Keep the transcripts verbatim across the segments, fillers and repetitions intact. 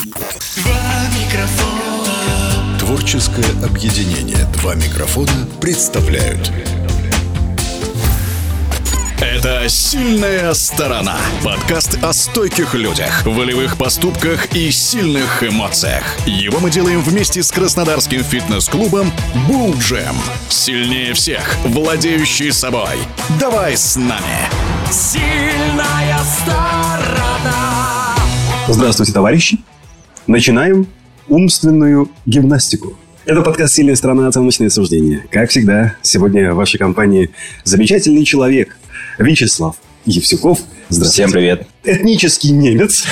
Два микрофона. Творческое объединение «Два микрофона» представляют. Это «Сильная сторона». Подкаст о стойких людях, волевых поступках и сильных эмоциях. Его мы делаем вместе с краснодарским фитнес-клубом Bull Gym. Сильнее всех, владеющий собой. Давай с нами. Сильная сторона. Здравствуйте, товарищи. Начинаем умственную гимнастику. Это подкаст «Сильная сторона. Оценочные суждения». Как всегда, сегодня в вашей компании замечательный человек Вячеслав Евсюков. Здравствуйте. Всем привет. Этнический немец.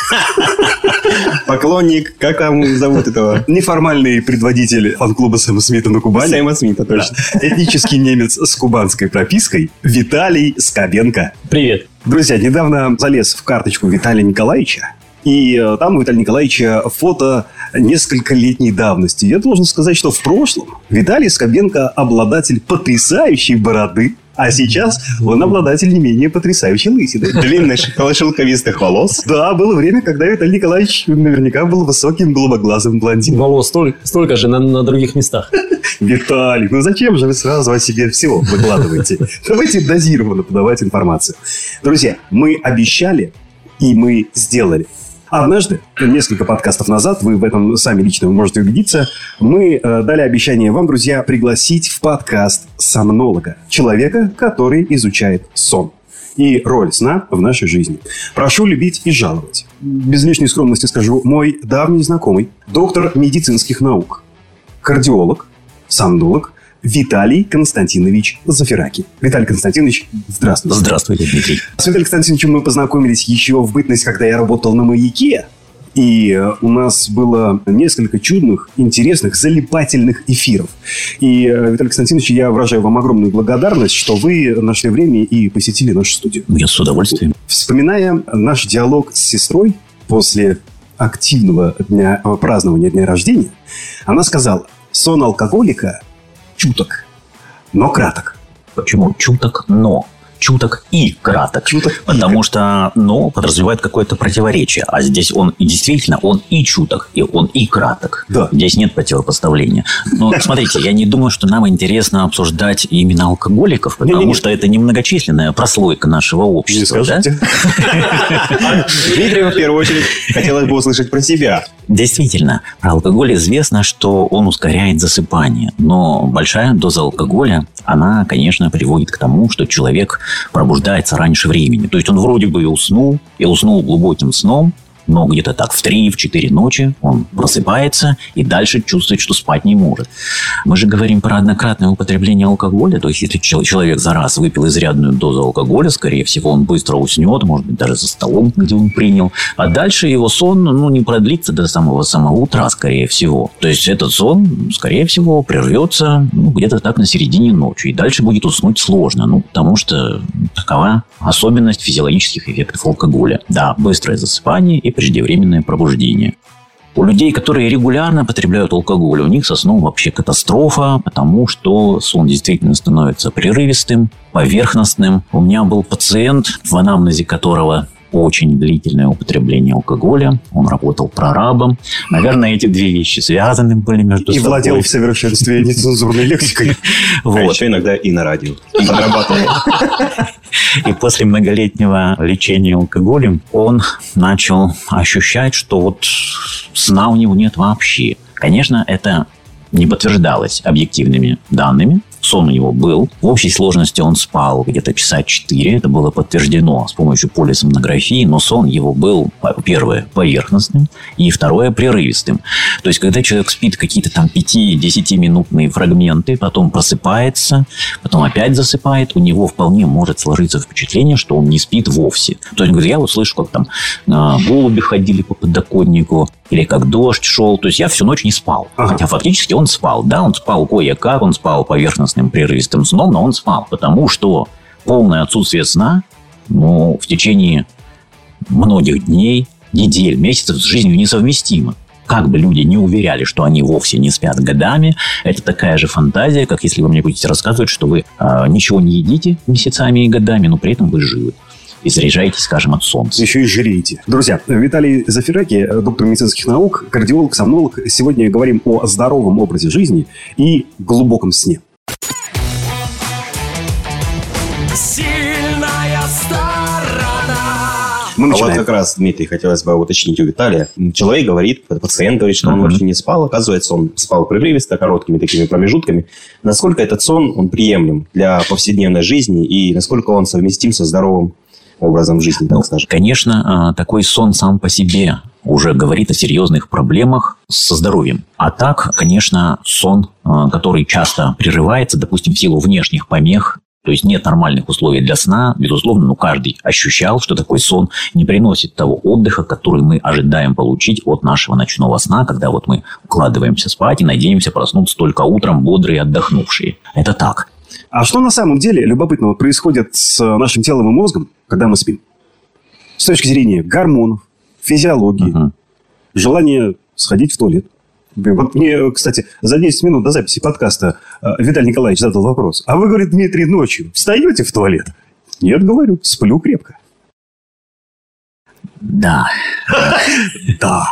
Поклонник, как там зовут этого? Неформальный предводитель фан-клуба Сэма Смита на Кубани. Сэма Смита, точно. Этнический немец с кубанской пропиской Виталий Скобенко. Привет. Друзья, недавно залез в карточку Виталия Николаевича. И там у Виталия Николаевича фото нескольколетней давности. Я должен сказать, что в прошлом Виталий Скобенко обладатель потрясающей бороды, а сейчас он обладатель не менее потрясающей лысины. Длинных шелковистых волос. Да, было время, когда Виталий Николаевич наверняка был высоким голубоглазым блондином. Волос столько, столько же на, на других местах. Виталий, ну зачем же вы сразу о себе всего выкладываете? Давайте дозированно подавать информацию. Друзья, мы обещали, и мы сделали. Однажды, несколько подкастов назад, вы в этом сами лично можете убедиться, мы э, дали обещание вам, друзья, пригласить в подкаст сомнолога. Человека, который изучает сон и роль сна в нашей жизни. Прошу любить и жаловать. Без лишней скромности скажу, мой давний знакомый, доктор медицинских наук, кардиолог, сомнолог Виталий Константинович Зафираки. Виталий Константинович, здравствуйте. Здравствуйте, Дмитрий. С Виталием Константиновичем мы познакомились еще в бытность, когда я работал на «Маяке». И у нас было несколько чудных, интересных, залипательных эфиров. И, Виталий Константинович, я выражаю вам огромную благодарность, что вы нашли время и посетили нашу студию. Я с удовольствием. Вспоминая наш диалог с сестрой после активного дня, празднования дня рождения, она сказала: сон алкоголика чуток, но краток. Почему чуток, но? Чуток и краток. Чуток потому и... что «но» подразумевает какое-то противоречие. А здесь он и действительно, он и чуток, и он и краток. Да. Здесь нет противопоставления. Но смотрите, я не думаю, что нам интересно обсуждать именно алкоголиков, потому не, не, что это немногочисленная прослойка нашего общества. Не скажете? Дмитрию, в первую очередь, хотелось бы услышать про себя. Действительно, про алкоголь известно, что он ускоряет засыпание. Но большая доза алкоголя, она, конечно, приводит к тому, что человек пробуждается раньше времени. То есть он вроде бы и уснул, и уснул глубоким сном, но где-то так в три-четыре ночи он просыпается и дальше чувствует, что спать не может. Мы же говорим про однократное употребление алкоголя. То есть, если человек за раз выпил изрядную дозу алкоголя, скорее всего, он быстро уснет, может быть, даже за столом, где он принял. А дальше его сон ну, не продлится до самого-самого утра, скорее всего. То есть, этот сон, скорее всего, прервется ну, где-то так на середине ночи. И дальше будет уснуть сложно. Ну, потому что такова особенность физиологических эффектов алкоголя. Да, быстрое засыпание и преждевременное пробуждение. У людей, которые регулярно потребляют алкоголь, у них со сном вообще катастрофа, потому что сон действительно становится прерывистым, поверхностным. У меня был пациент, в анамнезе которого очень длительное употребление алкоголя. Он работал прорабом. Наверное, эти две вещи связаны были между и собой. И владел в совершенстве нецензурной лексикой. Вот. А еще иногда и на радио. И подрабатывал. И после многолетнего лечения алкоголем он начал ощущать, что вот сна у него нет вообще. Конечно, это не подтверждалось объективными данными. Сон у него был. В общей сложности он спал где-то часа четыре. Это было подтверждено с помощью полисомнографии. Но сон его был, первое, поверхностным. И второе, прерывистым. То есть, когда человек спит какие-то там пяти-десятиминутные фрагменты, потом просыпается, потом опять засыпает, у него вполне может сложиться впечатление, что он не спит вовсе. То есть, говорит, я вот слышу, как там голуби ходили по подоконнику, или как дождь шел. То есть, я всю ночь не спал. Ага. Хотя, фактически, он спал. Да, он спал кое-как, он спал поверхностным прерывистым сном, но он спал, потому что полное отсутствие сна ну, в течение многих дней, недель, месяцев с жизнью несовместимо. Как бы люди не уверяли, что они вовсе не спят годами, это такая же фантазия, как если вы мне будете рассказывать, что вы э, ничего не едите месяцами и годами, но при этом вы живы. и заряжаетесь, скажем, от солнца. Еще и жиреете. Друзья, Виталий Зафираки, доктор медицинских наук, кардиолог, сомнолог. Сегодня говорим о здоровом образе жизни и глубоком сне. Сильная сторона. Мы А вот начинаем. как раз, Дмитрий, хотелось бы уточнить у Виталия. Человек говорит, пациент говорит, что он Мгм. вообще не спал. Оказывается, он спал прерывисто, короткими такими промежутками. Насколько этот сон, он приемлем для повседневной жизни и насколько он совместим со здоровым образом жизни, так Ну, скажем? конечно, а, такой сон сам по себе уже говорит о серьезных проблемах со здоровьем. А так, конечно, сон, а, который часто прерывается, допустим, в силу внешних помех, то есть нет нормальных условий для сна, безусловно, ну, каждый ощущал, что такой сон не приносит того отдыха, который мы ожидаем получить от нашего ночного сна, когда вот мы укладываемся спать и надеемся проснуться только утром бодрые и отдохнувшие. Это так. А что на самом деле любопытного происходит с нашим телом и мозгом, когда мы спим? С точки зрения гормонов, физиологии, Мгм. желания сходить в туалет. Вот мне, кстати, за десять минут до записи подкаста э, Виталий Николаевич задал вопрос. А вы, говорит, Дмитрий, ночью встаете в туалет? Нет, говорю, сплю крепко. Да. Да.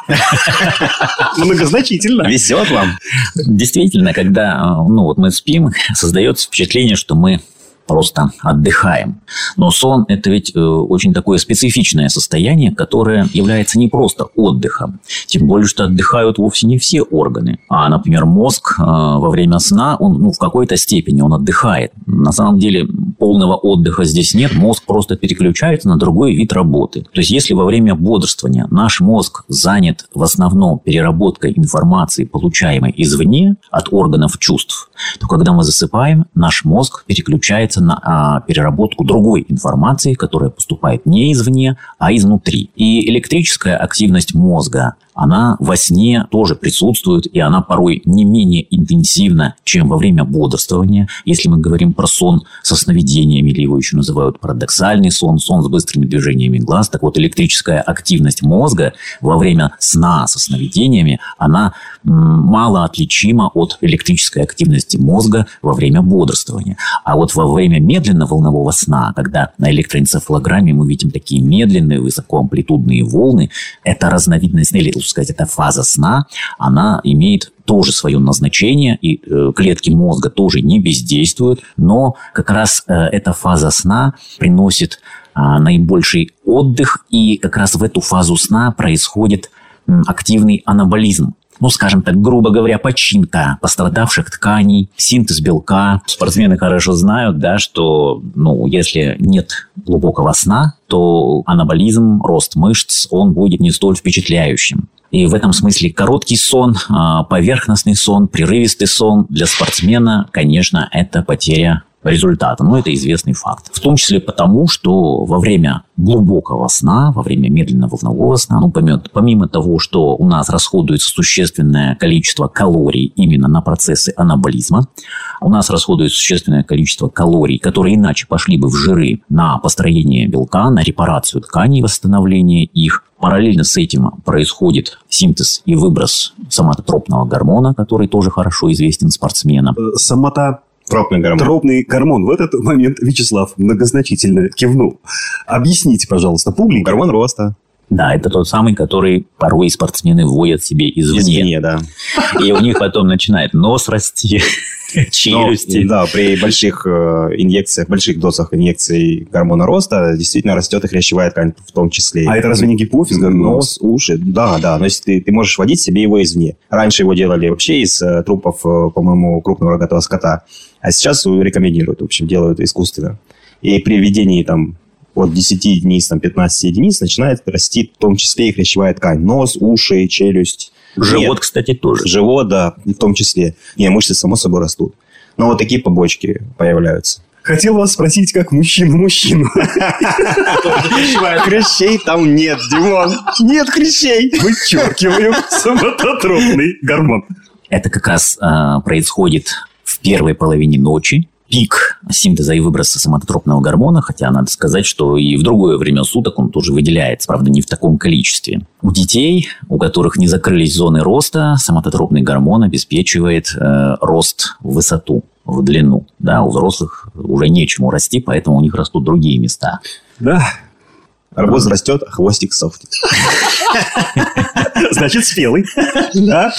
Многозначительно. Везет вам? Действительно, когда ну, вот мы спим, создается впечатление, что мы просто отдыхаем. Но сон – это ведь э, очень такое специфичное состояние, которое является не просто отдыхом. Тем более, что отдыхают вовсе не все органы. А, например, мозг э, во время сна, он ну, в какой-то степени он отдыхает. На самом деле, полного отдыха здесь нет. Мозг просто переключается на другой вид работы. То есть, если во время бодрствования наш мозг занят в основном переработкой информации, получаемой извне, от органов чувств, то когда мы засыпаем, наш мозг переключается на а, переработку другой информации, которая поступает не извне, а изнутри. И электрическая активность мозга, она во сне тоже присутствует, и она порой не менее интенсивна, чем во время бодрствования. Если мы говорим про сон со сновидениями, или его еще называют парадоксальный сон, сон с быстрыми движениями глаз, так вот электрическая активность мозга во время сна со сновидениями, она м, мало отличима от электрической активности мозга во время бодрствования. А вот во время медленно-волнового сна, когда на электроэнцефалограмме мы видим такие медленные высокоамплитудные волны, это разновидность, или, лучше сказать, это фаза сна, она имеет тоже свое назначение, и э, клетки мозга тоже не бездействуют, но как раз э, эта фаза сна приносит э, наибольший отдых, и как раз в эту фазу сна происходит э, активный анаболизм. Ну, скажем так, грубо говоря, починка пострадавших тканей, синтез белка. Спортсмены хорошо знают, да, что ну, если нет глубокого сна, то анаболизм, рост мышц, он будет не столь впечатляющим. И в этом смысле короткий сон, поверхностный сон, прерывистый сон для спортсмена, конечно, это потеря результата. Но это известный факт. В том числе потому, что во время глубокого сна, во время медленно-волнового сна, ну, помимо, помимо того, что у нас расходуется существенное количество калорий именно на процессы анаболизма, у нас расходуется существенное количество калорий, которые иначе пошли бы в жиры, на построение белка, на репарацию тканей, восстановление их. Параллельно с этим происходит синтез и выброс соматотропного гормона, который тоже хорошо известен спортсменам. Самота... Тропный гормон. Тропный гормон. В этот момент Вячеслав многозначительно кивнул. Объясните, пожалуйста, публике. Гормон роста. Да, это тот самый, который порой спортсмены вводят себе извне. Извне, да. И у них потом начинает нос расти, челюсти. Но, да, при больших э, инъекциях, больших дозах инъекций гормона роста действительно растет и хрящевая ткань в том числе. А это разве не гипофиз? Нос, уши. Да, да. Но если ты, ты можешь вводить себе его извне. Раньше его делали вообще из э, трупов, э, по-моему, крупного рогатого скота. А сейчас рекомендуют, в общем, делают искусственно. И при введении там от десяти единиц, там, пятнадцати единиц начинает расти в том числе и хрящевая ткань. Нос, уши, челюсть. Живот, Нет. кстати, тоже. Живот, да, в том числе. Не, мышцы, само собой, растут. Но вот такие побочки появляются. Хотел вас спросить, как мужчина-мужчину. Хрящей там нет, Димон. Нет хрящей. Вычеркиваем соматотропный гормон. Это как раз э, происходит в первой половине ночи. Пик синтеза и выброса соматотропного гормона, хотя надо сказать, что и в другое время суток он тоже выделяется, правда, не в таком количестве. У детей, у которых не закрылись зоны роста, соматотропный гормон обеспечивает э, рост в высоту, в длину. Да, у взрослых уже нечему расти, поэтому у них растут другие места. Да, Арбуз растет, а хвостик сохнет. Значит, спелый. Да?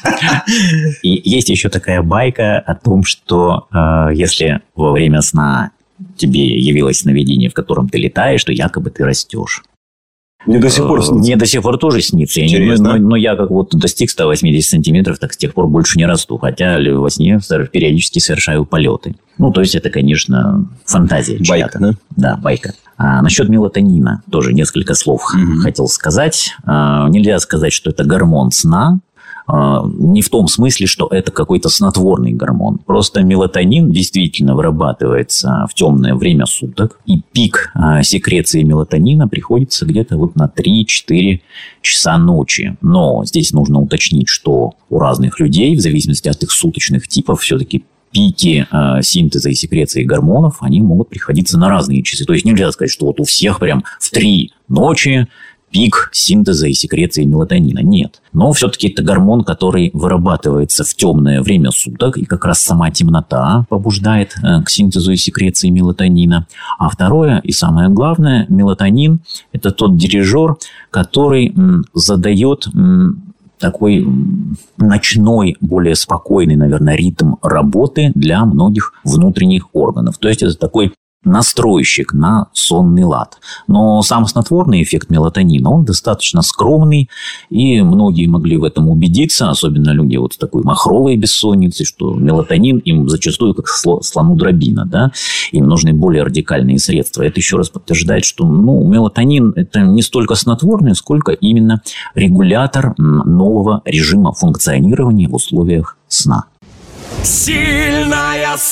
И есть еще такая байка о том, что э, если во время сна тебе явилось сновидение, в котором ты летаешь, то якобы ты растешь. Мне до сих пор снится. Мне до сих пор тоже снится. Я не, но, но я как вот достиг ста восьмидесяти сантиметров, так с тех пор больше не расту. Хотя во сне периодически совершаю полеты. Ну, то есть, это, конечно, фантазия. Байка, да? Да, байка. А насчет мелатонина тоже несколько слов mm-hmm. хотел сказать. А, нельзя сказать, что это гормон сна. Не в том смысле, что это какой-то снотворный гормон. Просто мелатонин действительно вырабатывается в темное время суток. И пик секреции мелатонина приходится где-то вот на три-четыре часа ночи. Но здесь нужно уточнить, что у разных людей, в зависимости от их суточных типов, все-таки пики э, синтеза и секреции гормонов, они могут приходиться на разные часы. То есть, нельзя сказать, что вот у всех прям в три ночи пик синтеза и секреции мелатонина. Нет. Но все-таки это гормон, который вырабатывается в темное время суток, и как раз сама темнота побуждает э, к синтезу и секреции мелатонина. А второе и самое главное, мелатонин – это тот дирижер, который м, задает... М, такой ночной, более спокойный, наверное, ритм работы для многих внутренних органов. То есть, это такой настройщик на сонный лад. Но сам снотворный эффект мелатонина, он достаточно скромный, и многие могли в этом убедиться, особенно люди вот с такой махровой бессонницей, что мелатонин им зачастую как слону дробина, да, им нужны более радикальные средства. Это еще раз подтверждает, что ну, мелатонин – это не столько снотворный, сколько именно регулятор нового режима функционирования в условиях сна. Сильная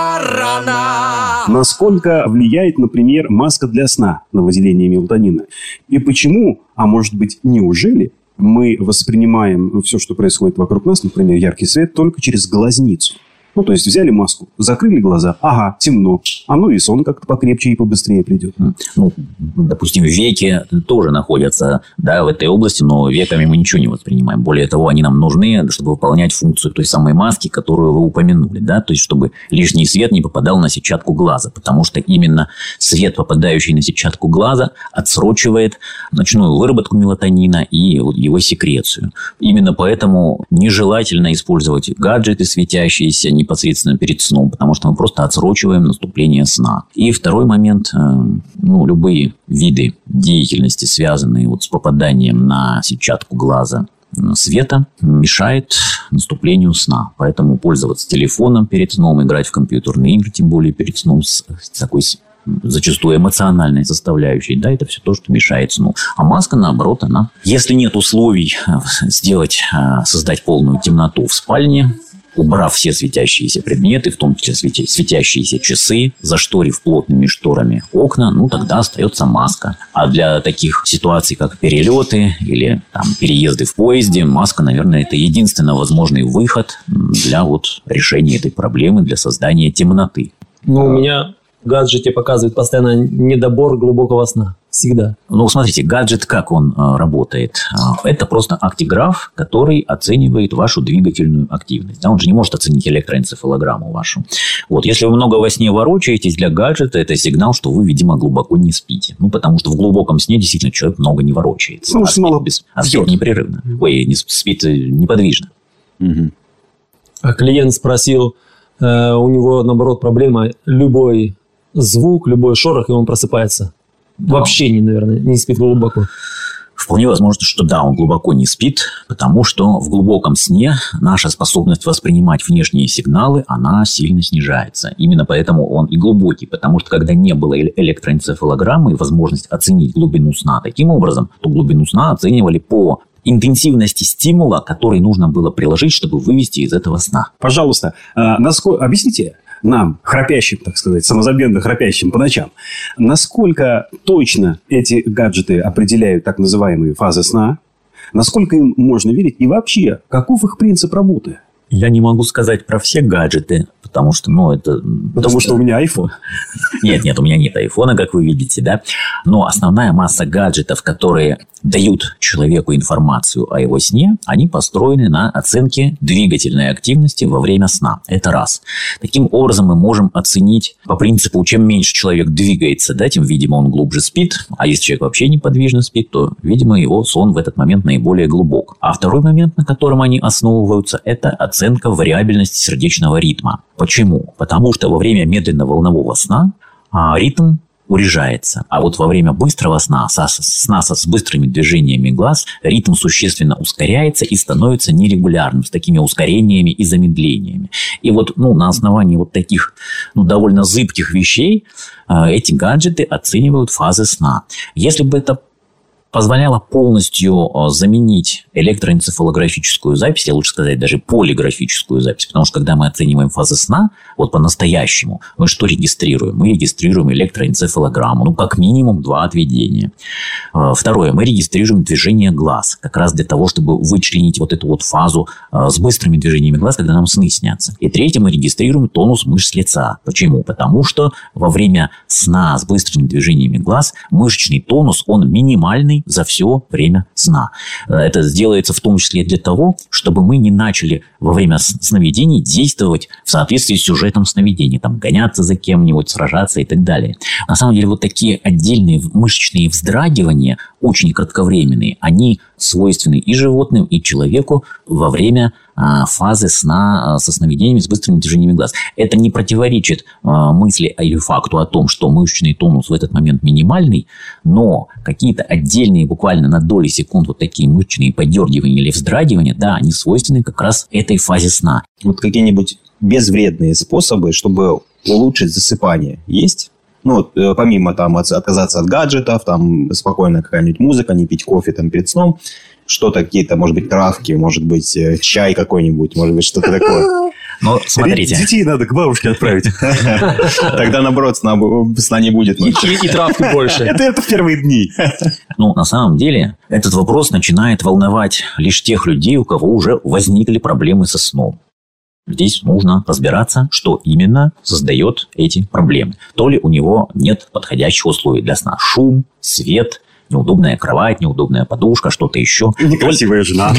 сторона. Насколько влияет, например, маска для сна на выделение мелатонина? И почему, а может быть, неужели мы воспринимаем все, что происходит вокруг нас, например, яркий свет, только через глазницу? Ну, то есть, взяли маску, закрыли глаза, ага, темно, а ну и сон как-то покрепче и побыстрее придет. Ну, допустим, веки тоже находятся, да, в этой области, но веками мы ничего не воспринимаем. Более того, они нам нужны, чтобы выполнять функцию той самой маски, которую вы упомянули, да, то есть, чтобы лишний свет не попадал на сетчатку глаза, потому что именно свет, попадающий на сетчатку глаза, отсрочивает ночную выработку мелатонина и его секрецию. Именно поэтому нежелательно использовать гаджеты светящиеся непосредственно перед сном, потому что мы просто отсрочиваем наступление сна. И второй момент, ну, любые виды деятельности, связанные вот с попаданием на сетчатку глаза света, мешает наступлению сна. Поэтому пользоваться телефоном перед сном, играть в компьютерные игры, тем более перед сном, с такой зачастую эмоциональной составляющей, да, это все то, что мешает сну. А маска, наоборот, она... Если нет условий сделать, создать полную темноту в спальне, убрав все светящиеся предметы, в том числе светящиеся часы, зашторив плотными шторами окна, ну, тогда остается маска. А для таких ситуаций, как перелеты или там, переезды в поезде, маска, наверное, это единственно возможный выход для вот, решения этой проблемы, для создания темноты. Ну, у меня в гаджете показывает постоянно недобор глубокого сна. Всегда. Ну, смотрите, гаджет, как он э, работает? Это просто актиграф, который оценивает вашу двигательную активность. Да, он же не может оценить электроэнцефалограмму вашу. Вот, если вы много во сне ворочаетесь, для гаджета это сигнал, что вы, видимо, глубоко не спите. Ну, потому что в глубоком сне действительно человек много не ворочается. Ну, а спит, мало без, а спит непрерывно. Ой, не спит неподвижно. Угу. А клиент спросил, э, у него, наоборот, проблема, любой звук, любой шорох, и он просыпается. Вообще, не, наверное, не спит глубоко. Вполне возможно, что да, он глубоко не спит, потому что в глубоком сне наша способность воспринимать внешние сигналы, она сильно снижается. Именно поэтому он и глубокий, потому что когда не было электроэнцефалограммы и возможность оценить глубину сна таким образом, то глубину сна оценивали по интенсивности стимула, который нужно было приложить, чтобы вывести из этого сна. Пожалуйста, насколько... объясните нам, храпящим, так сказать, самозабвенно храпящим по ночам, насколько точно эти гаджеты определяют так называемые фазы сна, насколько им можно верить и вообще, каков их принцип работы? Я не могу сказать про все гаджеты, потому что, ну, это... Потому что у меня iPhone. Нет, нет, у меня нет айфона, как вы видите, да. Но основная масса гаджетов, которые дают человеку информацию о его сне, они построены на оценке двигательной активности во время сна. Это раз. Таким образом, мы можем оценить по принципу, чем меньше человек двигается, да, тем, видимо, он глубже спит. А если человек вообще неподвижно спит, то, видимо, его сон в этот момент наиболее глубок. А второй момент, на котором они основываются, это оценка вариабельности сердечного ритма. Почему? Потому что во время медленно-волнового сна а, ритм урежается. А вот во время быстрого сна, со, сна с быстрыми движениями глаз, ритм существенно ускоряется и становится нерегулярным, с такими ускорениями и замедлениями. И вот ну, на основании вот таких ну, довольно зыбких вещей э, эти гаджеты оценивают фазы сна. Если бы это позволяло полностью заменить электроэнцефалографическую запись, я лучше сказать даже полиграфическую запись, потому что когда мы оцениваем фазы сна, вот по-настоящему, мы что регистрируем? Мы регистрируем электроэнцефалограмму, ну, как минимум два отведения. Второе, мы регистрируем движение глаз, как раз для того, чтобы вычленить вот эту вот фазу с быстрыми движениями глаз, когда нам сны снятся. И третье, мы регистрируем тонус мышц лица. Почему? Потому что во время сна с быстрыми движениями глаз мышечный тонус, он минимальный за все время сна. Это сделается в том числе для того, чтобы мы не начали во время сновидений действовать в соответствии с сюжетом сновидений, там, гоняться за кем-нибудь, сражаться и так далее. На самом деле, вот такие отдельные мышечные вздрагивания, очень кратковременные, они свойственны и животным, и человеку во время а, фазы сна а, со сновидениями с быстрыми движениями глаз. Это не противоречит а, мысли или факту о том, что мышечный тонус в этот момент минимальный, но какие-то отдельные буквально на доли секунд вот такие мышечные подергивания или вздрагивания, да, они свойственны как раз этой фазе сна. Вот какие-нибудь безвредные способы, чтобы улучшить засыпание, есть? Ну, вот, помимо там от, отказаться от гаджетов, там спокойно какая-нибудь музыка, не пить кофе там перед сном, что-то какие-то, может быть, травки, может быть, чай какой-нибудь, может быть, что-то такое. Но смотрите. Детей надо к бабушке отправить. Тогда, наоборот, сна не будет. И травки больше. Это в первые дни. Ну, на самом деле, этот вопрос начинает волновать лишь тех людей, у кого уже возникли проблемы со сном. Здесь нужно разбираться, что именно создает эти проблемы. То ли у него нет подходящих условий для сна. Шум, свет, неудобная кровать, неудобная подушка, что-то еще. Некрасивая жена.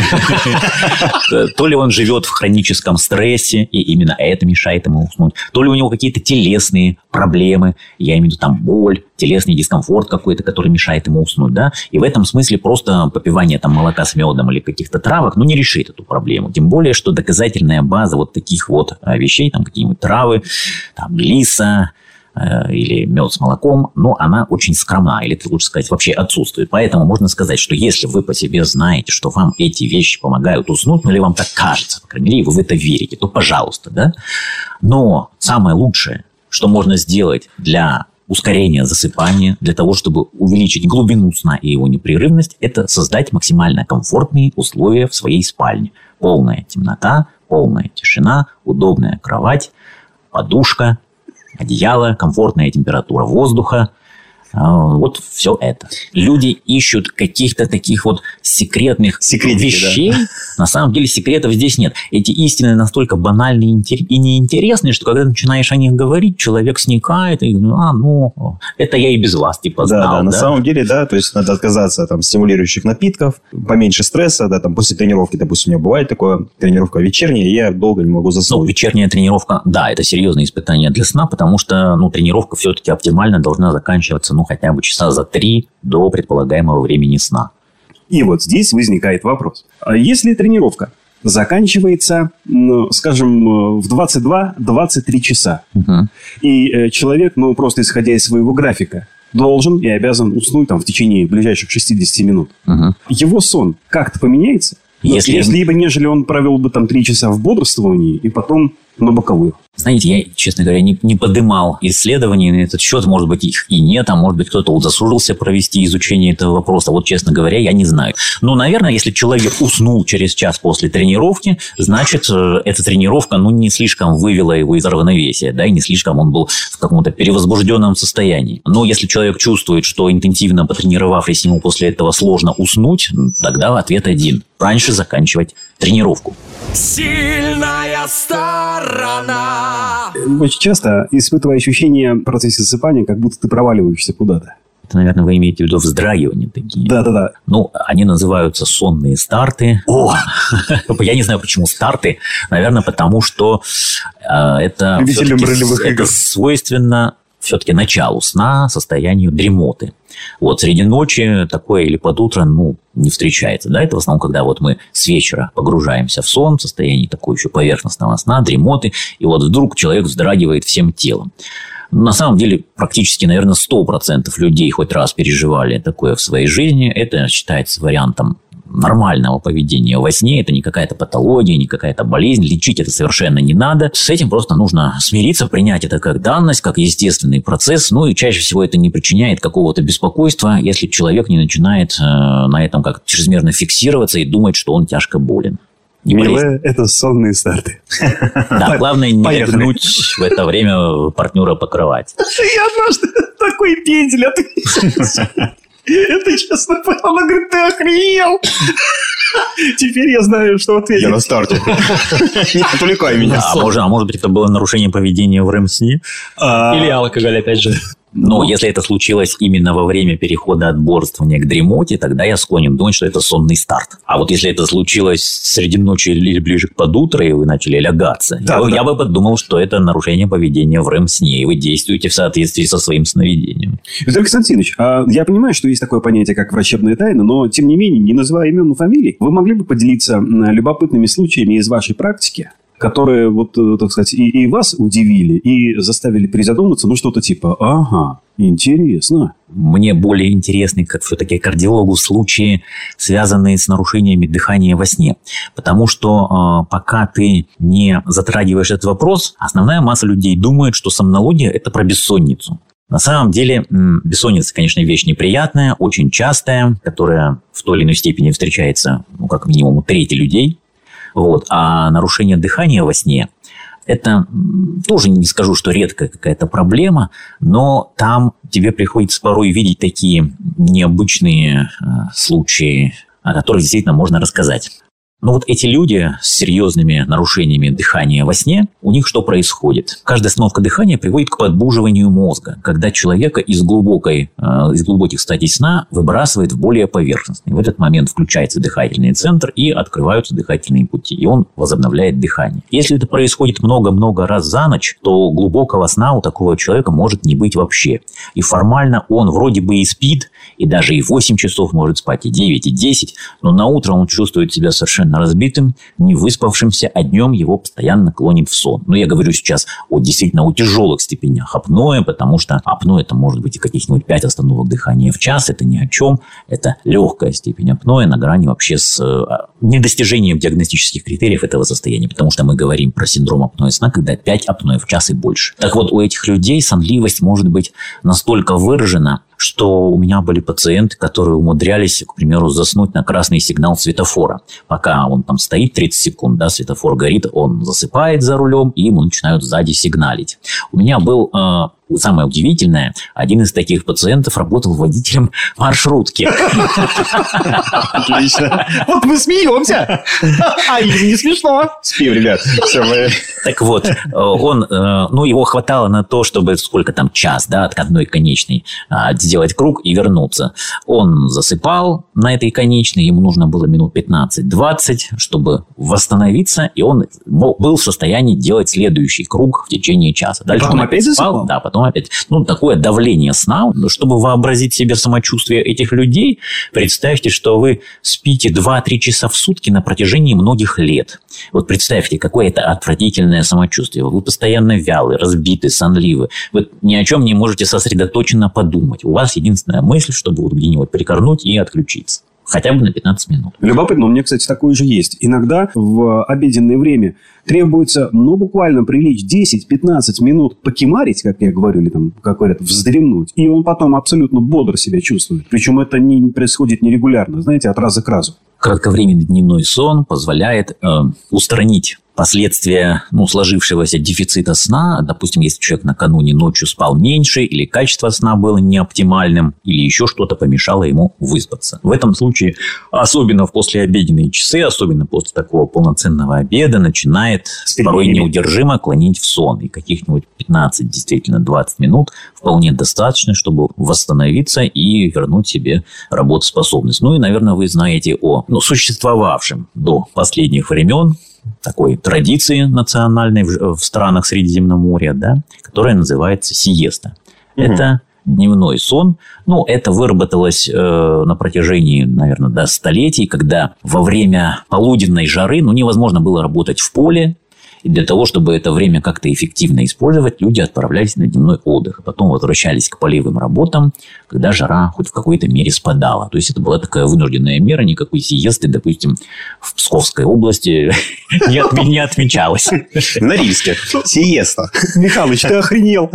То ли он живет в хроническом стрессе, и именно это мешает ему уснуть. То ли у него какие-то телесные проблемы, я имею в виду там боль, телесный дискомфорт какой-то, который мешает ему уснуть, да. И в этом смысле просто попивание там молока с медом или каких-то травок, ну, не решит эту проблему. Тем более, что доказательная база вот таких вот вещей, там какие-нибудь травы, там мелисса, или мед с молоком, но она очень скромна, или, лучше сказать, вообще отсутствует. Поэтому можно сказать, что если вы по себе знаете, что вам эти вещи помогают уснуть, ну или вам так кажется, по крайней мере, вы в это верите, то пожалуйста, да. Но самое лучшее, что можно сделать для ускорения засыпания, для того, чтобы увеличить глубину сна и его непрерывность, это создать максимально комфортные условия в своей спальне. Полная темнота, полная тишина, удобная кровать, подушка, одеяло, комфортная температура воздуха. Вот все это. Люди ищут каких-то таких вот секретных Секретики, вещей. Да. На самом деле секретов здесь нет. Эти истины настолько банальные и неинтересные, что когда начинаешь о них говорить, человек сникает и говорит, а, ну, это я и без вас типа знал. Да, да, да? на самом деле, да, то есть надо отказаться там, от стимулирующих напитков, поменьше стресса, да, там после тренировки, допустим, у меня бывает такое, тренировка вечерняя, и я долго не могу заснуть. Ну, вечерняя тренировка, да, это серьезное испытание для сна, потому что, ну, тренировка все-таки оптимально должна заканчиваться, ну, хотя бы часа за три до предполагаемого времени сна. И вот здесь возникает вопрос. Если тренировка заканчивается, ну, скажем, в двадцать два - двадцать три часа, Угу. и человек, ну, просто исходя из своего графика, должен и обязан уснуть там в течение ближайших шестидесяти минут, Угу. его сон как-то поменяется? Если- Если, если бы, нежели он провел бы там три часа в бодрствовании и потом на боковых. Знаете, я, честно говоря, не, не подымал исследований на этот счет. Может быть, их и нет, а может быть, кто-то удосужился провести изучение этого вопроса. Вот, честно говоря, я не знаю. Но, наверное, если человек уснул через час после тренировки, значит, э, эта тренировка, ну, не слишком вывела его из равновесия, да, и не слишком он был в каком-то перевозбужденном состоянии. Но если человек чувствует, что интенсивно потренировавшись, ему после этого сложно уснуть, тогда ответ один. Раньше заканчивать тренировку. Сильная сторона. Очень часто испытываю ощущение в процессе засыпания, как будто ты проваливаешься куда-то. Это, наверное, вы имеете в виду вздрагивания такие. Да-да-да. Ну, они называются сонные старты. О! Я не знаю, почему старты. Наверное, потому что э, это, это свойственно все-таки началу сна, состоянию дремоты. Вот среди ночи такое или под утро, ну, не встречается. Да? Это в основном, когда вот мы с вечера погружаемся в сон, в состоянии такой еще поверхностного сна, дремоты, и вот вдруг человек вздрагивает всем телом. На самом деле, практически, наверное, сто процентов людей хоть раз переживали такое в своей жизни. Это считается вариантом нормального поведения во сне. Это не какая-то патология, не какая-то болезнь. Лечить это совершенно не надо. С этим просто нужно смириться, принять это как данность, как естественный процесс. Ну и чаще всего это не причиняет какого-то беспокойства, если человек не начинает э, на этом как-то чрезмерно фиксироваться и думать, что он тяжко болен. Милые, это сонные старты. Да, главное не легнуть в это время партнера по кровати. Я однажды такой пендель ответил. Это честно, она говорит, ты охренел. Теперь я знаю, что ответить. Я на старте. Не отвлекай меня. А может быть, это было нарушение поведения в рэм-сне? Или алкоголь, опять же. Но если это случилось именно во время перехода от бодрствования к дремоте, тогда я склонен думать, что это сонный старт. А вот если это случилось среди ночи или ближе к подутру, и вы начали лягаться, да, я, да. я бы подумал, что это нарушение поведения в рэм-сне, и вы действуете в соответствии со своим сновидением. Виталий Константинович, я понимаю, что есть такое понятие, как врачебная тайна, но, тем не менее, не называя имен и фамилий, вы могли бы поделиться любопытными случаями из вашей практики, которые, вот, так сказать, и, и вас удивили, и заставили призадуматься, ну, что-то типа, ага, интересно. Мне более интересны, как все-таки кардиологу, случаи, связанные с нарушениями дыхания во сне. Потому что э, пока ты не затрагиваешь этот вопрос, основная масса людей думает, что сомнология – это про бессонницу. На самом деле, бессонница, конечно, вещь неприятная, очень частая, которая в той или иной степени встречается, ну, как минимум, у трети людей. Вот. А нарушение дыхания во сне – это тоже не скажу, что редкая какая-то проблема, но там тебе приходится порой видеть такие необычные э, случаи, о которых действительно можно рассказать. Но вот эти люди с серьезными нарушениями дыхания во сне, у них что происходит? Каждая остановка дыхания приводит к подбуживанию мозга, когда человека из, глубокой, э, из глубоких стадий сна выбрасывает в более поверхностный. В этот момент включается дыхательный центр и открываются дыхательные пути, и он возобновляет дыхание. Если это происходит много-много раз за ночь, то глубокого сна у такого человека может не быть вообще. И формально он вроде бы и спит, и даже и восемь часов может спать, и девять, и десять, но на утро он чувствует себя совершенно разбитым, не выспавшимся, а днем его постоянно клонит в сон. Но я говорю сейчас о действительно о тяжелых степенях апноэ, потому что апноэ это может быть и каких-нибудь пять остановок дыхания в час, это ни о чем, это легкая степень апноэ на грани вообще с недостижением диагностических критериев этого состояния, потому что мы говорим про синдром апноэ сна, когда пять апноэ в час и больше. Так вот, у этих людей сонливость может быть настолько выражена, что у меня были пациенты, которые умудрялись, к примеру, заснуть на красный сигнал светофора. Пока он там стоит тридцать секунд, да, светофор горит, он засыпает за рулем, и ему начинают сзади сигналить. У меня был... Э, Самое удивительное, один из таких пациентов работал водителем маршрутки. Отлично. Вот мы смеемся. А им не смешно. Спим, ребят. Так вот, он, ну, его хватало на то, чтобы сколько там, час, да, от одной конечной сделать круг и вернуться. Он засыпал на этой конечной, ему нужно было минут пятнадцать-двадцать, чтобы восстановиться, и он был в состоянии делать следующий круг в течение часа. Дальше потом он опять засыпал? Да, потом опять, ну, такое давление сна. Чтобы вообразить себе самочувствие этих людей, представьте, что вы спите два-три часа в сутки на протяжении многих лет. Вот представьте, какое это отвратительное самочувствие. Вы постоянно вялы, разбиты, сонливы. Вы ни о чем не можете сосредоточенно подумать. У вас единственная мысль, чтобы вот где-нибудь прикорнуть и отключиться. Хотя бы на пятнадцать минут. Любопытно, у меня, кстати, такое же есть. Иногда в обеденное время требуется, ну, буквально прилечь десять-пятнадцать минут покемарить, как я говорю, или там, как говорят, вздремнуть. И он потом абсолютно бодро себя чувствует. Причем это не происходит нерегулярно, знаете, от раза к разу. Кратковременный дневной сон позволяет э, устранить последствия ну, сложившегося дефицита сна. Допустим, если человек накануне ночью спал меньше, или качество сна было неоптимальным, или еще что-то помешало ему выспаться. В этом случае, особенно в послеобеденные часы, особенно после такого полноценного обеда, начинает порой неудержимо клонить в сон. И каких-нибудь пятнадцать, действительно двадцать минут вполне достаточно, чтобы восстановиться и вернуть себе работоспособность. Ну и, наверное, вы знаете о ну, существовавшем до последних времен такой традиции национальной в, в странах Средиземноморья, да, которая называется сиеста. Угу. Это дневной сон. Ну, это выработалось э, на протяжении, наверное, до столетий, когда во время полуденной жары ну, невозможно было работать в поле. И для того, чтобы это время как-то эффективно использовать, люди отправлялись на дневной отдых. А потом возвращались к полевым работам, когда жара хоть в какой-то мере спадала. То есть, это была такая вынужденная мера. Никакой сиесты, допустим, в Псковской области не отмечалось. В Норильске. Сиеста. Михалыч, ты охренел.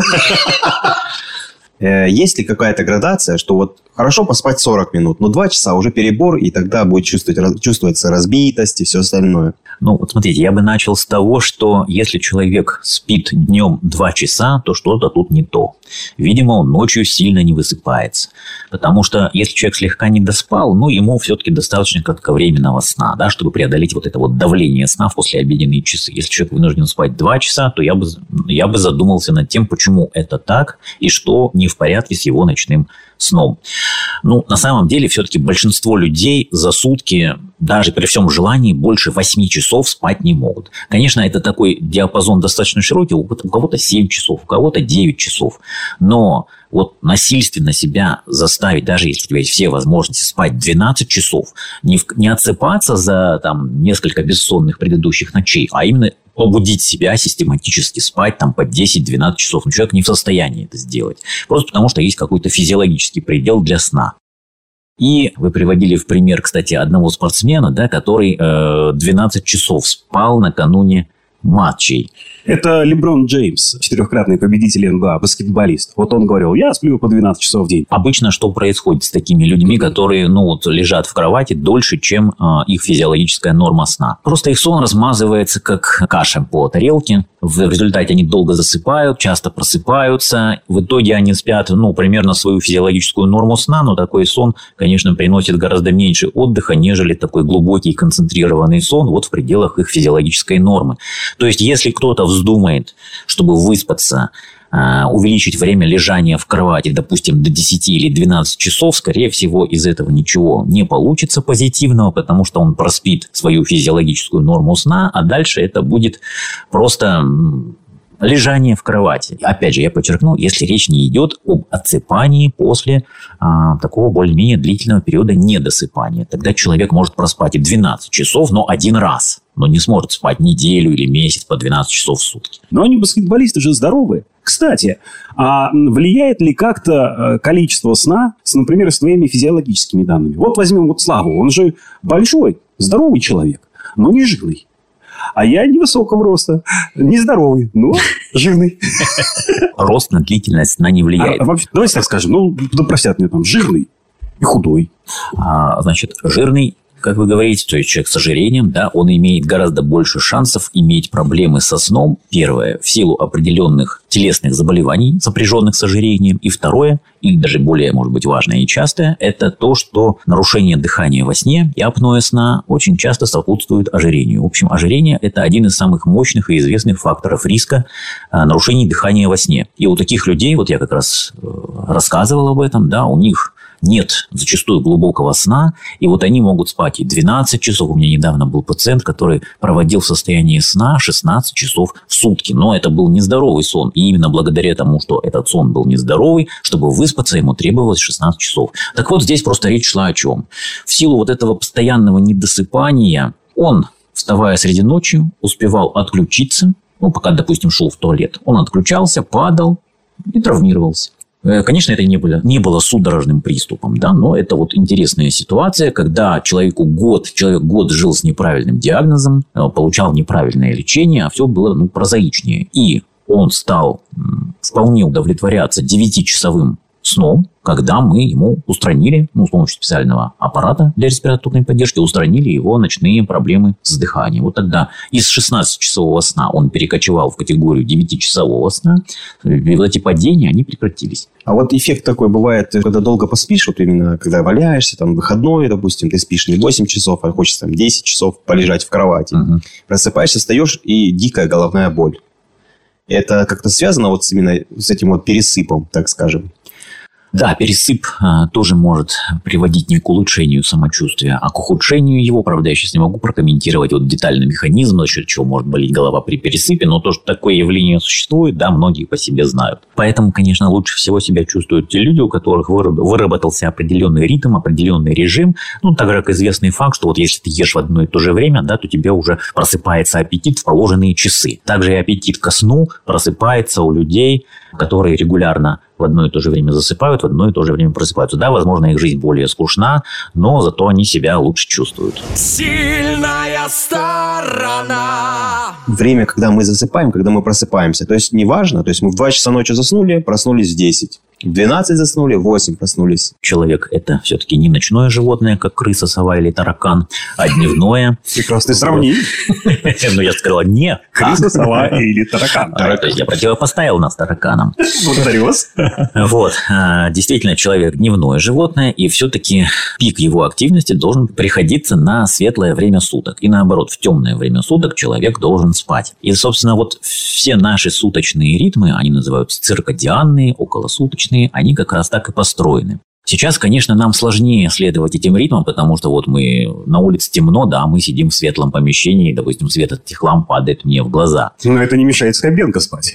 Есть ли какая-то градация, что вот хорошо поспать сорок минут, но два часа уже перебор, и тогда будет чувствовать, чувствоваться разбитость и все остальное? Ну, вот смотрите, я бы начал с того, что если человек спит днем два часа, то что-то тут не то. Видимо, он ночью сильно не высыпается. Потому что если человек слегка не доспал, ну, ему все-таки достаточно кратковременного сна, да, чтобы преодолеть вот это вот давление сна в послеобеденные часы. Если человек вынужден спать два часа, то я бы, я бы задумался над тем, почему это так, и что не в порядке с его ночным сном. Ну, на самом деле, все-таки большинство людей за сутки, даже при всем желании, больше восьми часов спать не могут. Конечно, это такой диапазон достаточно широкий, у кого-то семь часов, у кого-то девять часов. Но вот насильственно себя заставить, даже если у тебя есть все возможности спать двенадцать часов, не, в, не отсыпаться за там, несколько бессонных предыдущих ночей, а именно побудить себя систематически спать там, по десять-двенадцать часов. Но человек не в состоянии это сделать. Просто потому, что есть какой-то физиологический предел для сна. И вы приводили в пример, кстати, одного спортсмена, да, который э, двенадцать часов спал накануне матчей. Это Леброн Джеймс, четырехкратный победитель эн бэ а, баскетболист. Вот он говорил, я сплю по двенадцать часов в день. Обычно что происходит с такими людьми, которые ну, вот, лежат в кровати дольше, чем э, их физиологическая норма сна? Просто их сон размазывается, как каша по тарелке. В результате они долго засыпают, часто просыпаются. В итоге они спят ну, примерно свою физиологическую норму сна, но такой сон, конечно, приносит гораздо меньше отдыха, нежели такой глубокий концентрированный сон вот в пределах их физиологической нормы. То есть, если кто-то вздумает, чтобы выспаться, увеличить время лежания в кровати, допустим, до десяти или двенадцати часов, скорее всего, из этого ничего не получится позитивного, потому что он проспит свою физиологическую норму сна, а дальше это будет просто лежание в кровати. Опять же, я подчеркну, если речь не идет об отсыпании после а, такого более-менее длительного периода недосыпания. Тогда человек может проспать и двенадцать часов, но один раз. Но не сможет спать неделю или месяц по двенадцать часов в сутки. Но они, баскетболисты, же здоровые. Кстати, а влияет ли как-то количество сна, с, например, с твоими физиологическими данными? Вот возьмем вот Славу. Он же большой, здоровый человек, но не жирный. А я невысокого роста, нездоровый, но жирный. Рост на длительность сна не влияет. А, вообще, давайте так скажем, ну, да простят меня там, жирный и худой. А, значит, жирный, как вы говорите, то есть человек с ожирением, да, он имеет гораздо больше шансов иметь проблемы со сном. Первое, в силу определенных телесных заболеваний, сопряженных с ожирением. И второе, и даже более, может быть, важное и частое, это то, что нарушение дыхания во сне и апноэ сна очень часто сопутствует ожирению. В общем, ожирение – это один из самых мощных и известных факторов риска нарушений дыхания во сне. И у таких людей, вот я как раз рассказывал об этом, да, у них нет зачастую глубокого сна, и вот они могут спать и двенадцать часов. У меня недавно был пациент, который проводил в состоянии сна шестнадцать часов в сутки. Но это был нездоровый сон. И именно благодаря тому, что этот сон был нездоровый, чтобы выспаться, ему требовалось шестнадцать часов. Так вот, здесь просто речь шла о чем? В силу вот этого постоянного недосыпания он, вставая среди ночи, успевал отключиться. Ну, пока, допустим, шел в туалет. Он отключался, падал и травмировался. Конечно, это не было, не было судорожным приступом, да, но это вот интересная ситуация, когда человеку год, человек год жил с неправильным диагнозом, получал неправильное лечение, а все было ну, прозаичнее. И он стал вполне удовлетворяться девятичасовым сном, когда мы ему устранили, ну, с помощью специального аппарата для респираторной поддержки, устранили его ночные проблемы с дыханием. Вот тогда из шестнадцатичасового сна он перекочевал в категорию девятичасового сна, и вот эти падения, они прекратились. А вот эффект такой бывает, когда долго поспишь, вот именно когда валяешься, там, выходной, допустим, ты спишь не восемь часов, а хочешь там десять часов полежать в кровати. Угу. Просыпаешься, встаешь, и дикая головная боль. Это как-то связано вот именно с этим вот пересыпом, так скажем? Да, пересып а, тоже может приводить не к улучшению самочувствия, а к ухудшению его. Правда, я сейчас не могу прокомментировать вот детальный механизм, за счет чего может болеть голова при пересыпе, но то, что такое явление существует, да, многие по себе знают. Поэтому, конечно, лучше всего себя чувствуют те люди, у которых выработался определенный ритм, определенный режим. Ну, так же, как известный факт, что вот если ты ешь в одно и то же время, да, то тебе уже просыпается аппетит в положенные часы. Также и аппетит ко сну просыпается у людей, которые регулярно в одно и то же время засыпают, в одно и то же время просыпаются. Да, возможно, их жизнь более скучна, но зато они себя лучше чувствуют. Сильная сторона. Время, когда мы засыпаем, когда мы просыпаемся. То есть, неважно. То есть, мы в два часа ночи заснули, проснулись в десять. В двенадцать заснули, в восемь проснулись. Человек – это все-таки не ночное животное, как крыса, сова или таракан, а дневное. Прекрасное сравнение. Ну, я сказал, не. Крыса, сова или таракан. То есть, я противопоставил нас тараканам. Благодарю вас. Вот. Действительно, человек дневное животное, и все-таки пик его активности должен приходиться на светлое время суток. И наоборот, в темное время суток человек должен спать. И, собственно, вот все наши суточные ритмы, они называются циркадианные, околосуточные, они как раз так и построены. Сейчас, конечно, нам сложнее следовать этим ритмам, потому что вот мы на улице темно, да, мы сидим в светлом помещении, допустим, свет от этих ламп падает мне в глаза. Но это не мешает Скобенко спать.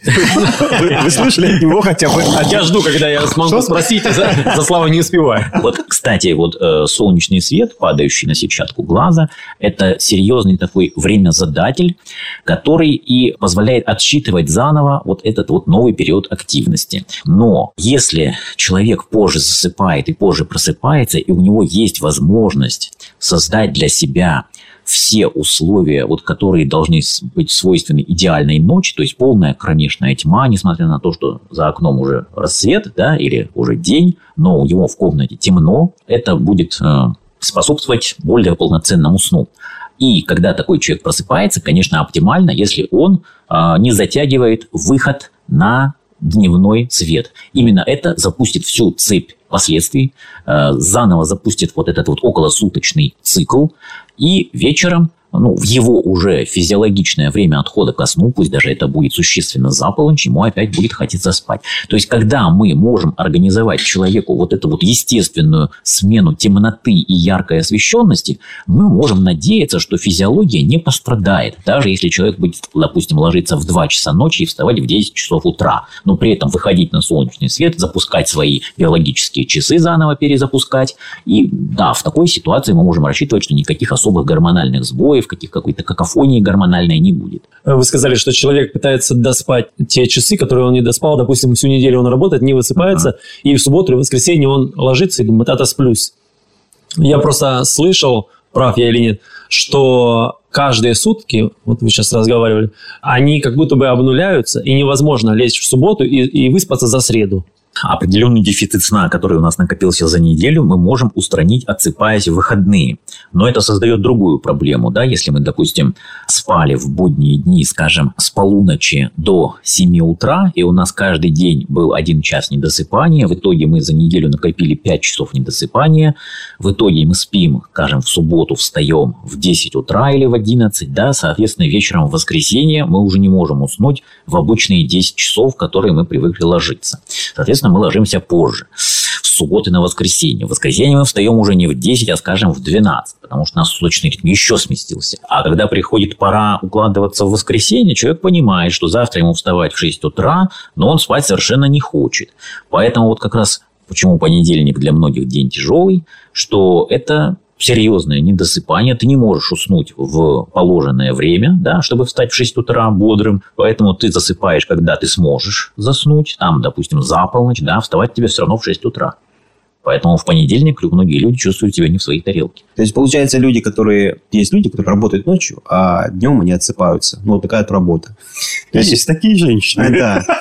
Вы слышали от него хотя бы... Я жду, когда я смогу спросить, за славу не успеваю. Вот, кстати, вот солнечный свет, падающий на сетчатку глаза, это серьезный такой времязадатель, который и позволяет отсчитывать заново вот этот вот новый период активности. Но если человек позже засыпает и позже просыпается, и у него есть возможность создать для себя все условия, вот, которые должны быть свойственны идеальной ночи, то есть полная кромешная тьма, несмотря на то, что за окном уже рассвет, да, или уже день, но у него в комнате темно, это будет э, способствовать более полноценному сну. И когда такой человек просыпается, конечно, оптимально, если он э, не затягивает выход на дневной свет. Именно это запустит всю цепь последствий, э, заново запустит вот этот вот околосуточный цикл, и вечером, ну, в его уже физиологичное время отхода ко сну, пусть даже это будет существенно за полночь, ему опять будет хотеться спать. То есть, когда мы можем организовать человеку вот эту вот естественную смену темноты и яркой освещенности, мы можем надеяться, что физиология не пострадает. Даже если человек будет, допустим, ложиться в два часа ночи и вставать в десять часов утра, но при этом выходить на солнечный свет, запускать свои биологические часы, заново перезапускать. И да, в такой ситуации мы можем рассчитывать, что никаких особых гормональных сбоев, каких какой-то какофонии гормональной не будет. Вы сказали, что человек пытается доспать те часы, которые он не доспал. Допустим, всю неделю он работает, не высыпается, uh-huh. и в субботу и в воскресенье он ложится и думает, это сплюсь. Я просто слышал, прав я или нет, что каждые сутки, вот вы сейчас разговаривали, они как будто бы обнуляются, и невозможно лезть в субботу и, и выспаться за среду. Определенный дефицит сна, который у нас накопился за неделю, мы можем устранить, отсыпаясь в выходные. Но это создает другую проблему. Да? Если мы, допустим, спали в будние дни, скажем, с полуночи до семи утра, и у нас каждый день был один час недосыпания, в итоге мы за неделю накопили пять часов недосыпания, в итоге мы спим, скажем, в субботу встаем в десять утра или в одиннадцать, да? Соответственно, вечером в воскресенье мы уже не можем уснуть в обычные десять часов, в которые мы привыкли ложиться. Соответственно, мы ложимся позже, в субботу на воскресенье. В воскресенье мы встаем уже не в десять, а, скажем, в двенадцать, потому что у нас суточный ритм еще сместился. А когда приходит пора укладываться в воскресенье, человек понимает, что завтра ему вставать в шесть утра, но он спать совершенно не хочет. Поэтому вот как раз почему понедельник для многих день тяжелый, что это серьезное недосыпание, ты не можешь уснуть в положенное время, да, чтобы встать в шесть утра бодрым, поэтому ты засыпаешь, когда ты сможешь заснуть, там, допустим, за полночь, да, вставать тебе все равно в шесть утра. Поэтому в понедельник многие люди чувствуют себя не в своей тарелке. То есть, получается, люди, которые... Есть люди, которые работают ночью, а днем они отсыпаются. Ну, вот такая вот работа. То есть, есть такие женщины. Да.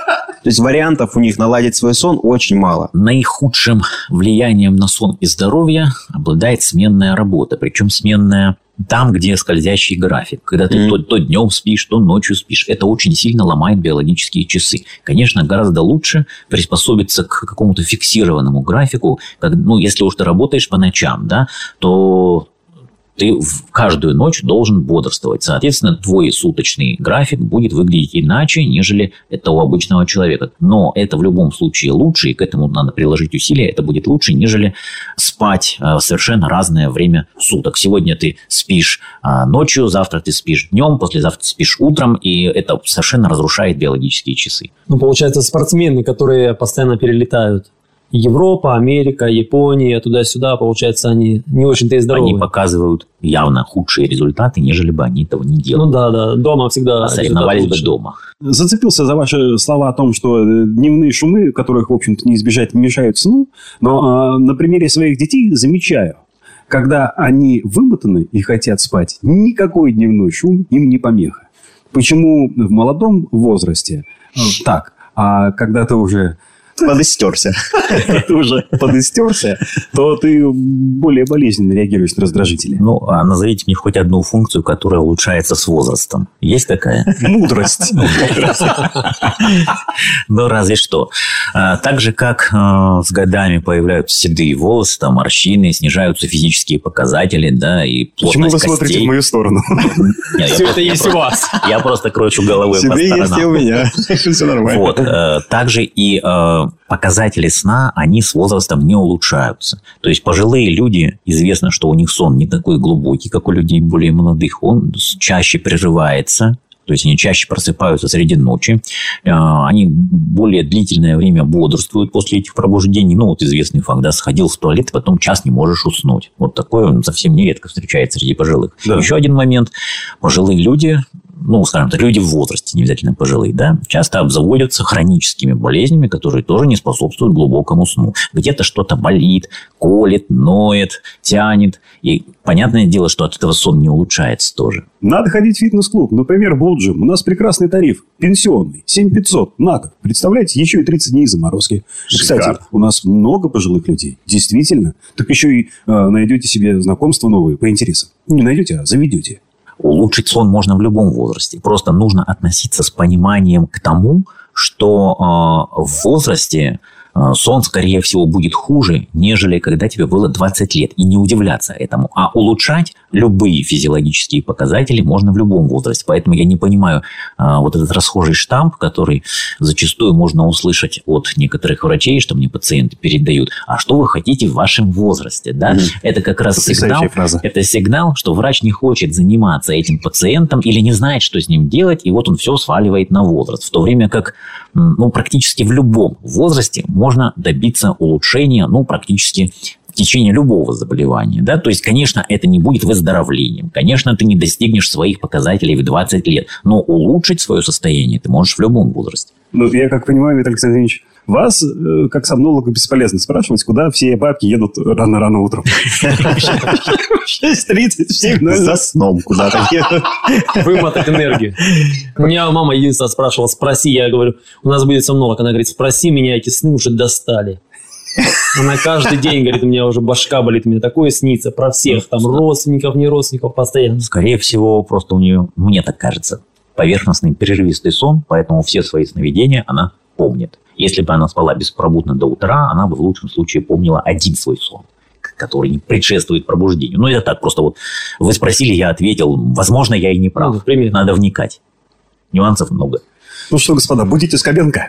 То есть вариантов у них наладить свой сон очень мало. Наихудшим влиянием на сон и здоровье обладает сменная работа. Причем сменная там, где скользящий график. Когда ты mm-hmm. то, то днем спишь, то ночью спишь. Это очень сильно ломает биологические часы. Конечно, гораздо лучше приспособиться к какому-то фиксированному графику. Как, ну, если уж ты работаешь по ночам, да, то ты в каждую ночь должен бодрствовать. Соответственно, твой суточный график будет выглядеть иначе, нежели это у обычного человека. Но это в любом случае лучше, и к этому надо приложить усилия. Это будет лучше, нежели спать в совершенно разное время суток. Сегодня ты спишь ночью, завтра ты спишь днем, послезавтра ты спишь утром, и это совершенно разрушает биологические часы. Ну, получается, спортсмены, которые постоянно перелетают. Европа, Америка, Япония, туда-сюда, получается, они не очень-то и здоровые. Они показывают явно худшие результаты, нежели бы они этого не делали. Ну да, да, дома всегда. А соревновались бы дома. Зацепился за ваши слова о том, что дневные шумы, которых, в общем-то, не избежать, мешают сну. Но на примере своих детей замечаю, когда они вымотаны и хотят спать, никакой дневной шум им не помеха. Почему в молодом возрасте так, а когда ты уже... Подистерся. Ты уже подистерся, то ты более болезненно реагируешь на раздражители. Ну, а назовите мне хоть одну функцию, которая улучшается с возрастом. Есть такая? Мудрость. Ну, разве что. Так же, как с годами появляются седые волосы, там, морщины, снижаются физические показатели, да, и плотность Почему вы костей. смотрите в мою сторону? Все это есть у вас. Я просто кручу головой по Седые есть и у сторонам. меня. Все нормально. Вот. Также и показатели сна, они с возрастом не улучшаются. То есть пожилые люди, известно, что у них сон не такой глубокий, как у людей более молодых. Он чаще прерывается. То есть они чаще просыпаются среди ночи. Они более длительное время бодрствуют после этих пробуждений. Ну, вот известный факт, да, сходил в туалет, потом час не можешь уснуть. Вот такое совсем нередко встречается среди пожилых. Да. Еще один момент. Пожилые люди, ну, скажем так, люди в возрасте, не обязательно пожилые, да, часто обзаводятся хроническими болезнями, которые тоже не способствуют глубокому сну. Где-то что-то болит, колет, ноет, тянет. И понятное дело, что от этого сон не улучшается тоже. Надо ходить в фитнес-клуб. Например, Болджим. У нас прекрасный тариф. Пенсионный. семь тысяч пятьсот на год. Представляете, еще и тридцать дней заморозки. Кстати, у нас много пожилых людей. Действительно. Так еще и э, найдете себе знакомства новые по интересам. Не найдете, а заведете. Улучшить сон можно в любом возрасте. Просто нужно относиться с пониманием к тому, что э, в возрасте э, сон, скорее всего, будет хуже, нежели когда тебе было двадцать лет. И не удивляться этому. А улучшать любые физиологические показатели можно в любом возрасте. Поэтому я не понимаю э, вот этот расхожий штамп, который зачастую можно услышать от некоторых врачей, что мне пациенты передают. А что вы хотите в вашем возрасте? Да? Mm-hmm. Это как раз сигнал, это сигнал, что врач не хочет заниматься этим пациентом или не знает, что с ним делать, и вот он все сваливает на возраст. В то время как ну, практически в любом возрасте можно добиться улучшения, ну, практически в течение любого заболевания. Да? То есть, конечно, это не будет выздоровлением. Конечно, ты не достигнешь своих показателей в двадцать лет. Но улучшить свое состояние ты можешь в любом возрасте. Ну, я как понимаю, Виталий Константинович, вас, как сомнолога, бесполезно спрашивать, куда все бабки едут рано-рано утром. В шесть тридцать, в семь ноль ноль. За сном куда-то едут. Вымотать энергию. У меня мама единственное спрашивала, спроси, я говорю, у нас будет сомнолог. Она говорит, спроси меня, эти сны уже достали. Она каждый день говорит, у меня уже башка болит, мне такое снится про всех, там родственников, не родственников, постоянно. Скорее всего, просто у нее, мне так кажется, поверхностный перерывистый сон, поэтому все свои сновидения она помнит. Если бы она спала беспробудно до утра, она бы в лучшем случае помнила один свой сон, который предшествует пробуждению. Ну, это так, просто вот вы спросили, я ответил, возможно, я и не прав. Ну, надо вникать. Нюансов много. Ну что, господа, будете Скобенко?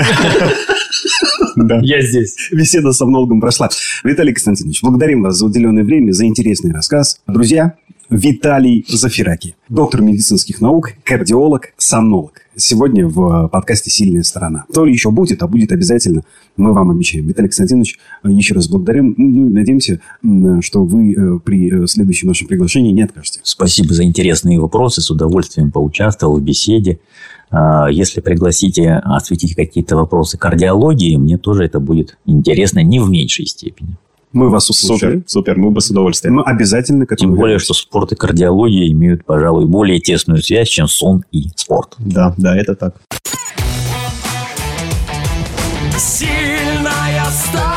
Да. Я здесь. Беседа с сомнологом прошла. Виталий Константинович, благодарим вас за уделенное время, за интересный рассказ. Друзья, Виталий Зафираки, доктор медицинских наук, кардиолог, сомнолог. Сегодня в подкасте «Сильная сторона». То ли еще будет, а будет обязательно, мы вам обещаем. Виталий Константинович, еще раз благодарим. Ну и надеемся, что вы при следующем нашем приглашении не откажете. Спасибо за интересные вопросы. С удовольствием поучаствовал в беседе. Если пригласите осветить какие-то вопросы кардиологии, мне тоже это будет интересно не в меньшей степени. Мы вас услышали. Супер, супер, мы бы с удовольствием. Мы обязательно к этому Тем более, что спорт и кардиология имеют, пожалуй, более тесную связь, чем сон и спорт. Да, да, это так. Сильная сторона.